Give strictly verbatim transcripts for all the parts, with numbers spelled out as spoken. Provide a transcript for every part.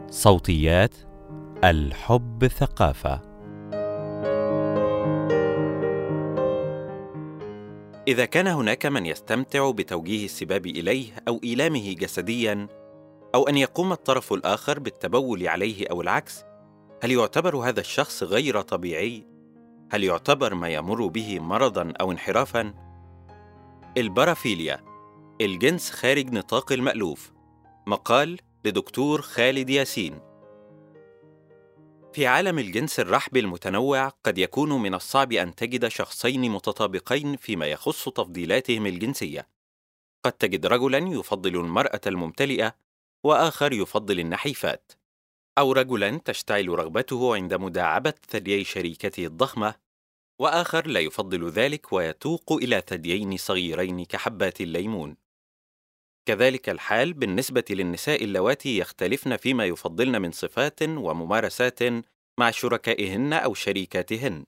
صوتيات الحب ثقافة. إذا كان هناك من يستمتع بتوجيه السباب إليه أو إيلامه جسدياً، أو أن يقوم الطرف الآخر بالتبول عليه أو العكس، هل يعتبر هذا الشخص غير طبيعي؟ هل يعتبر ما يمر به مرضاً أو انحرافاً؟ البارافيليا، الجنس خارج نطاق المألوف. مقال لدكتور خالد ياسين. في عالم الجنس الرحب المتنوع، قد يكون من الصعب أن تجد شخصين متطابقين فيما يخص تفضيلاتهم الجنسية. قد تجد رجلاً يفضل المرأة الممتلئة، وآخر يفضل النحيفات، أو رجلاً تشتعل رغبته عند مداعبة ثديي شريكته الضخمة، وآخر لا يفضل ذلك ويتوق إلى ثديين صغيرين كحبات الليمون. كذلك الحال بالنسبة للنساء اللواتي يختلفن فيما يفضلن من صفات وممارسات مع شركائهن أو شريكاتهن.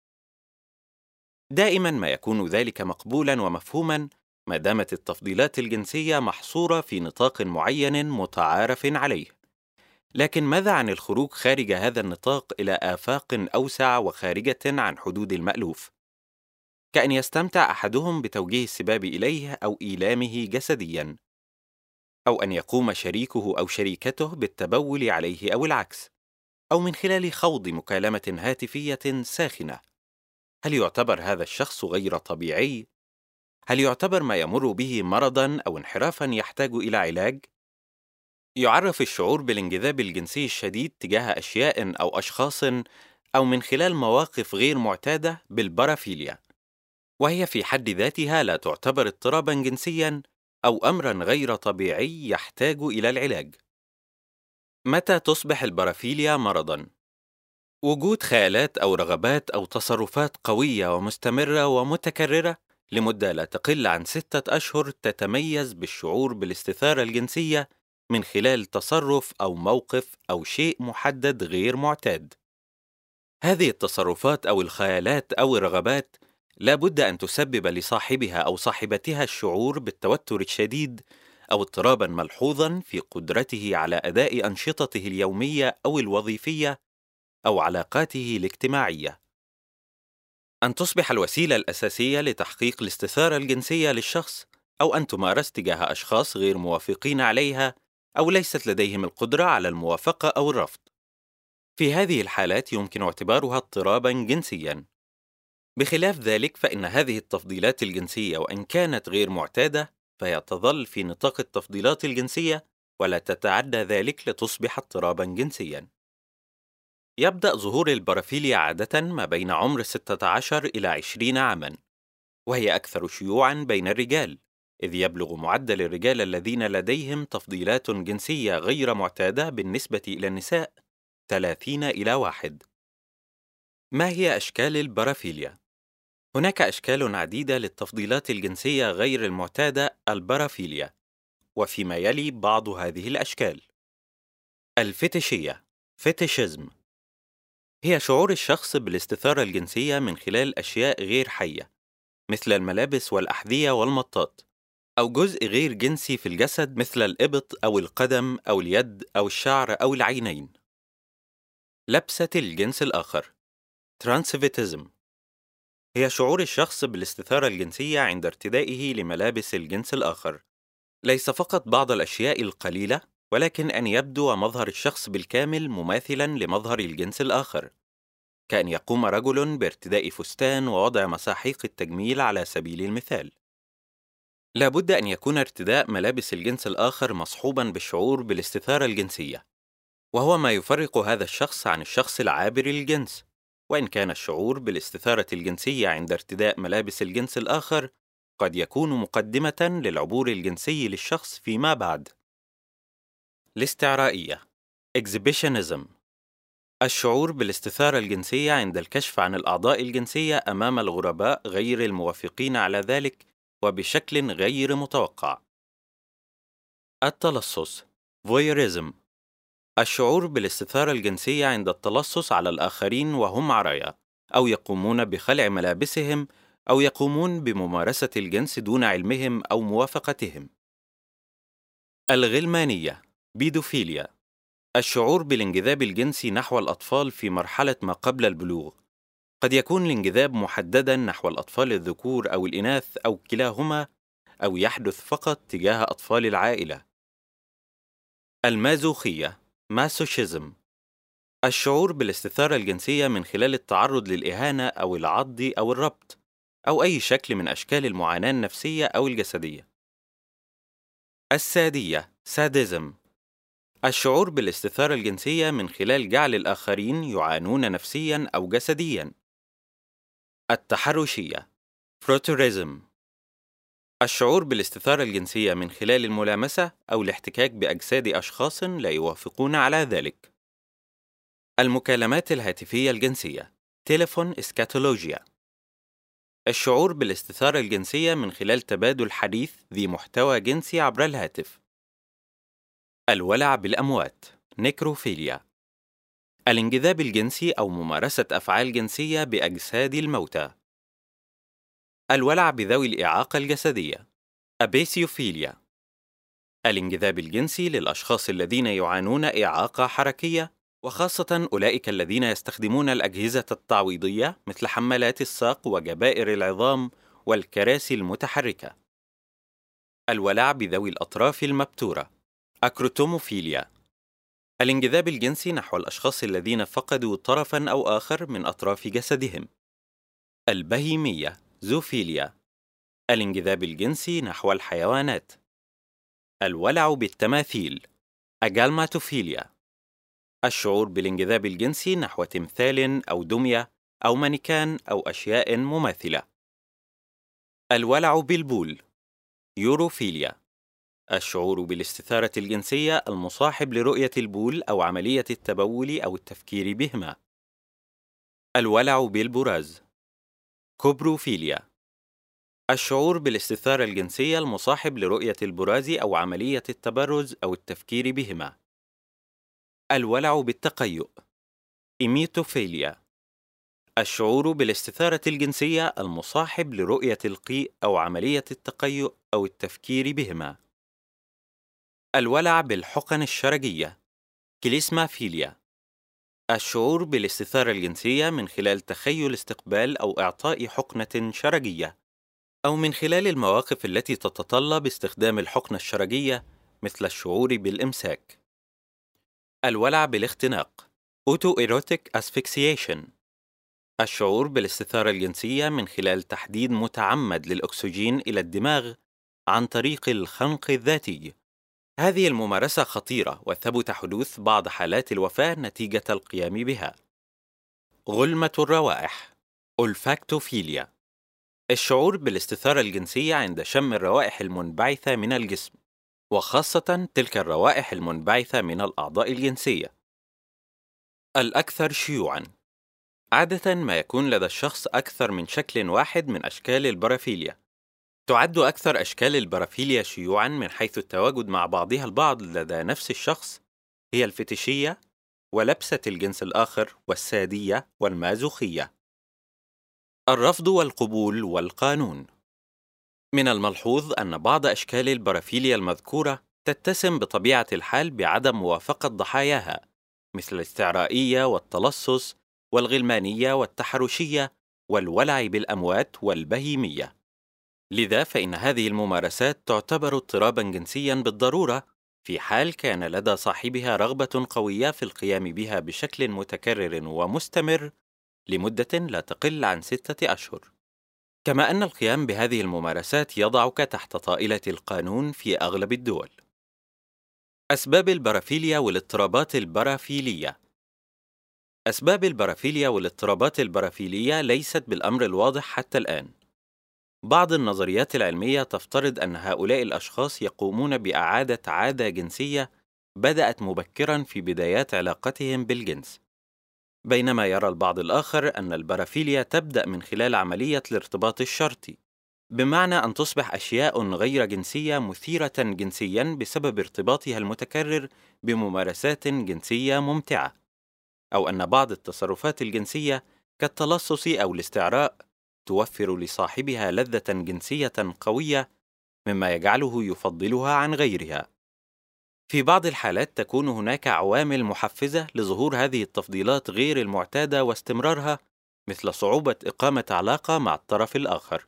دائما ما يكون ذلك مقبولا ومفهوما ما دامت التفضيلات الجنسية محصورة في نطاق معين متعارف عليه. لكن ماذا عن الخروج خارج هذا النطاق إلى آفاق أوسع وخارجة عن حدود المألوف؟ كأن يستمتع أحدهم بتوجيه السباب إليه أو إيلامه جسديا، أو أن يقوم شريكه أو شريكته بالتبول عليه أو العكس، أو من خلال خوض مكالمة هاتفية ساخنة. هل يعتبر هذا الشخص غير طبيعي؟ هل يعتبر ما يمر به مرضاً أو انحرافاً يحتاج إلى علاج؟ يعرف الشعور بالانجذاب الجنسي الشديد تجاه أشياء أو أشخاص أو من خلال مواقف غير معتادة بالبارافيليا، وهي في حد ذاتها لا تعتبر اضطراباً جنسياً أو أمراً غير طبيعي يحتاج إلى العلاج. متى تصبح البارافيليا مرضاً؟ وجود خيالات أو رغبات أو تصرفات قوية ومستمرة ومتكررة لمدة لا تقل عن ستة أشهر تتميز بالشعور بالاستثارة الجنسية من خلال تصرف أو موقف أو شيء محدد غير معتاد. هذه التصرفات أو الخيالات أو الرغبات لا بد أن تسبب لصاحبها أو صاحبتها الشعور بالتوتر الشديد أو اضطراباً ملحوظاً في قدرته على أداء أنشطته اليومية أو الوظيفية أو علاقاته الاجتماعية. أن تصبح الوسيلة الأساسية لتحقيق الاستثارة الجنسية للشخص، أو أن تمارس تجاه أشخاص غير موافقين عليها أو ليست لديهم القدرة على الموافقة أو الرفض. في هذه الحالات يمكن اعتبارها اضطراباً جنسياً. بخلاف ذلك، فإن هذه التفضيلات الجنسية وإن كانت غير معتادة فهي تظل في نطاق التفضيلات الجنسية ولا تتعدى ذلك لتصبح اضطراباً جنسياً. يبدأ ظهور البارافيليا عادة ما بين عمر ستة عشر إلى عشرين عاماً، وهي أكثر شيوعاً بين الرجال، إذ يبلغ معدل الرجال الذين لديهم تفضيلات جنسية غير معتادة بالنسبة إلى النساء ثلاثين إلى واحد. ما هي أشكال البارافيليا؟ هناك أشكال عديدة للتفضيلات الجنسية غير المعتادة البارافيليا، وفيما يلي بعض هذه الأشكال. الفتشية فيتيشيزم هي شعور الشخص بالاستثارة الجنسية من خلال أشياء غير حية مثل الملابس والأحذية والمطاط، أو جزء غير جنسي في الجسد مثل الإبط أو القدم أو اليد أو الشعر أو العينين. لبسة الجنس الآخر ترانسفيتيزم هي شعور الشخص بالاستثارة الجنسية عند ارتدائه لملابس الجنس الآخر، ليس فقط بعض الأشياء القليلة، ولكن أن يبدو مظهر الشخص بالكامل مماثلاً لمظهر الجنس الآخر، كأن يقوم رجل بارتداء فستان ووضع مساحيق التجميل على سبيل المثال. لا بد أن يكون ارتداء ملابس الجنس الآخر مصحوباً بالشعور بالاستثارة الجنسية، وهو ما يفرق هذا الشخص عن الشخص العابر للجنس. وإن كان الشعور بالاستثارة الجنسية عند ارتداء ملابس الجنس الآخر قد يكون مقدمة للعبور الجنسي للشخص فيما بعد. الاستعرائية Exhibitionism الشعور بالاستثارة الجنسية عند الكشف عن الأعضاء الجنسية أمام الغرباء غير الموافقين على ذلك وبشكل غير متوقع. التلصص Voyeurism الشعور بالاستثارة الجنسية عند التلصص على الآخرين وهم عرايا، أو يقومون بخلع ملابسهم، أو يقومون بممارسة الجنس دون علمهم أو موافقتهم. الغلمانية بيدوفيليا الشعور بالانجذاب الجنسي نحو الأطفال في مرحلة ما قبل البلوغ. قد يكون الانجذاب محدداً نحو الأطفال الذكور أو الإناث أو كلاهما، أو يحدث فقط تجاه أطفال العائلة. المازوخية ماسوشيزم، الشعور بالاستثارة الجنسية من خلال التعرض للإهانة أو العض أو الربط أو أي شكل من أشكال المعاناة النفسية أو الجسدية. السادية ساديزم، الشعور بالاستثارة الجنسية من خلال جعل الآخرين يعانون نفسياً أو جسدياً. التحرشية فروتوريزم، الشعور بالاستثارة الجنسية من خلال الملامسة أو الاحتكاك بأجساد أشخاص لا يوافقون على ذلك. المكالمات الهاتفية الجنسية تليفون إسكاتولوجيا، الشعور بالاستثارة الجنسية من خلال تبادل حديث ذي محتوى جنسي عبر الهاتف. الولع بالأموات نيكروفيليا، الانجذاب الجنسي أو ممارسة أفعال جنسية بأجساد الموتى. الولع بذوي الإعاقة الجسدية أبيسيوفيليا، الانجذاب الجنسي للأشخاص الذين يعانون إعاقة حركية، وخاصة أولئك الذين يستخدمون الأجهزة التعويضية مثل حمالات الساق وجبائر العظام والكراسي المتحركة. الولع بذوي الأطراف المبتورة أكروتوموفيليا، الانجذاب الجنسي نحو الأشخاص الذين فقدوا طرفاً أو آخر من أطراف جسدهم. البهيمية زوفيليا، الانجذاب الجنسي نحو الحيوانات. الولع بالتماثيل أجالماتوفيليا، الشعور بالانجذاب الجنسي نحو تمثال أو دمية أو مانيكان أو أشياء مماثلة. الولع بالبول يوروفيليا، الشعور بالاستثارة الجنسية المصاحب لرؤية البول أو عملية التبول أو التفكير بهما. الولع بالبراز كوبروفيليا، الشعور بالاستثارة الجنسية المصاحب لرؤية البراز أو عملية التبرز أو التفكير بهما. الولع بالتقيؤ إيميتوفيليا، الشعور بالاستثارة الجنسية المصاحب لرؤية القيء أو عملية التقيؤ أو التفكير بهما. الولع بالحقن الشرجية كليسمافيليا، الشعور بالاستثارة الجنسية من خلال تخيل استقبال أو إعطاء حقنة شرجية، أو من خلال المواقف التي تتطلب استخدام الحقنة الشرجية مثل الشعور بالإمساك. الولع بالاختناق Autoerotic Asphyxiation، الشعور بالاستثارة الجنسية من خلال تحديد متعمد للأكسجين إلى الدماغ عن طريق الخنق الذاتي. هذه الممارسة خطيرة وثبت حدوث بعض حالات الوفاة نتيجة القيام بها. غلمة الروائح أولفاكتوفيليا، الشعور بالاستثارة الجنسية عند شم الروائح المنبعثة من الجسم، وخاصة تلك الروائح المنبعثة من الأعضاء الجنسية. الأكثر شيوعاً، عادة ما يكون لدى الشخص أكثر من شكل واحد من أشكال البارافيليا. تعد أكثر أشكال البارافيليا شيوعاً من حيث التواجد مع بعضها البعض لدى نفس الشخص هي الفتيشية ولبسة الجنس الآخر والسادية والمازوخية. الرفض والقبول والقانون، من الملحوظ أن بعض أشكال البارافيليا المذكورة تتسم بطبيعة الحال بعدم موافقة ضحاياها، مثل الاستعرائية والتلصص والغلمانية والتحرشية والولع بالأموات والبهيمية. لذا فإن هذه الممارسات تعتبر اضطراباً جنسياً بالضرورة في حال كان لدى صاحبها رغبة قوية في القيام بها بشكل متكرر ومستمر لمدة لا تقل عن ستة أشهر. كما أن القيام بهذه الممارسات يضعك تحت طائلة القانون في أغلب الدول. أسباب البارافيليا والاضطرابات البارافيلية. أسباب البارافيليا والاضطرابات البارافيلية ليست بالأمر الواضح حتى الآن. بعض النظريات العلمية تفترض أن هؤلاء الأشخاص يقومون بإعادة عادة جنسية بدأت مبكراً في بدايات علاقتهم بالجنس، بينما يرى البعض الآخر أن البارافيليا تبدأ من خلال عملية الارتباط الشرطي، بمعنى أن تصبح أشياء غير جنسية مثيرة جنسياً بسبب ارتباطها المتكرر بممارسات جنسية ممتعة، أو أن بعض التصرفات الجنسية كالتلصص أو الاستعراء توفر لصاحبها لذة جنسية قوية مما يجعله يفضلها عن غيرها. في بعض الحالات تكون هناك عوامل محفزة لظهور هذه التفضيلات غير المعتادة واستمرارها، مثل صعوبة إقامة علاقة مع الطرف الآخر.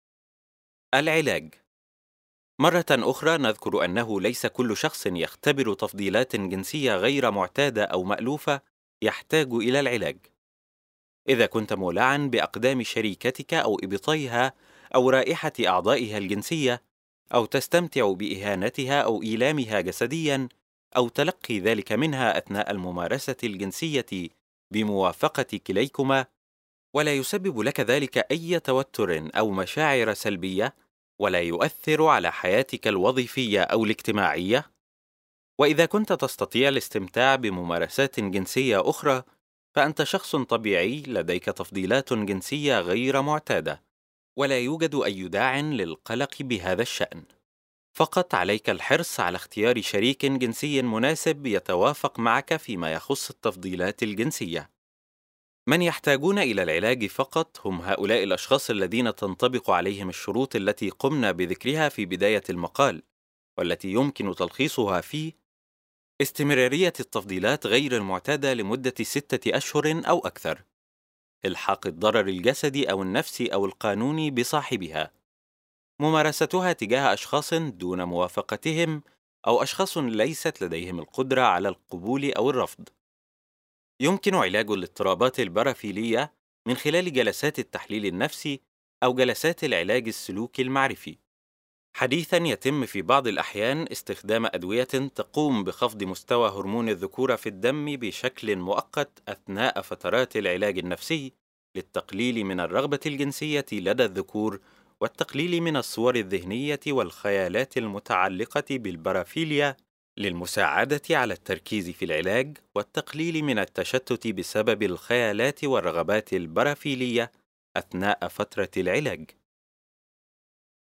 العلاج. مرة أخرى نذكر أنه ليس كل شخص يختبر تفضيلات جنسية غير معتادة أو مألوفة يحتاج إلى العلاج. إذا كنت مولعًا بأقدام شريكتك أو إبطيها أو رائحة أعضائها الجنسية، أو تستمتع بإهانتها أو إيلامها جسديًا، أو تلقي ذلك منها أثناء الممارسة الجنسية بموافقة كليكما، ولا يسبب لك ذلك أي توتر أو مشاعر سلبية، ولا يؤثر على حياتك الوظيفية أو الاجتماعية، وإذا كنت تستطيع الاستمتاع بممارسات جنسية أخرى، فأنت شخص طبيعي لديك تفضيلات جنسية غير معتادة، ولا يوجد أي داع للقلق بهذا الشأن. فقط عليك الحرص على اختيار شريك جنسي مناسب يتوافق معك فيما يخص التفضيلات الجنسية. من يحتاجون إلى العلاج فقط هم هؤلاء الأشخاص الذين تنطبق عليهم الشروط التي قمنا بذكرها في بداية المقال، والتي يمكن تلخيصها في استمرارية التفضيلات غير المعتادة لمدة ستة أشهر أو أكثر، إلحاق الضرر الجسدي أو النفسي أو القانوني بصاحبها، ممارستها تجاه أشخاص دون موافقتهم أو أشخاص ليست لديهم القدرة على القبول أو الرفض. يمكن علاج الاضطرابات البارافيلية من خلال جلسات التحليل النفسي أو جلسات العلاج السلوكي المعرفي. حديثاً يتم في بعض الأحيان استخدام أدوية تقوم بخفض مستوى هرمون الذكورة في الدم بشكل مؤقت أثناء فترات العلاج النفسي، للتقليل من الرغبة الجنسية لدى الذكور والتقليل من الصور الذهنية والخيالات المتعلقة بالبارافيليا، للمساعدة على التركيز في العلاج والتقليل من التشتت بسبب الخيالات والرغبات البارافيلية أثناء فترة العلاج.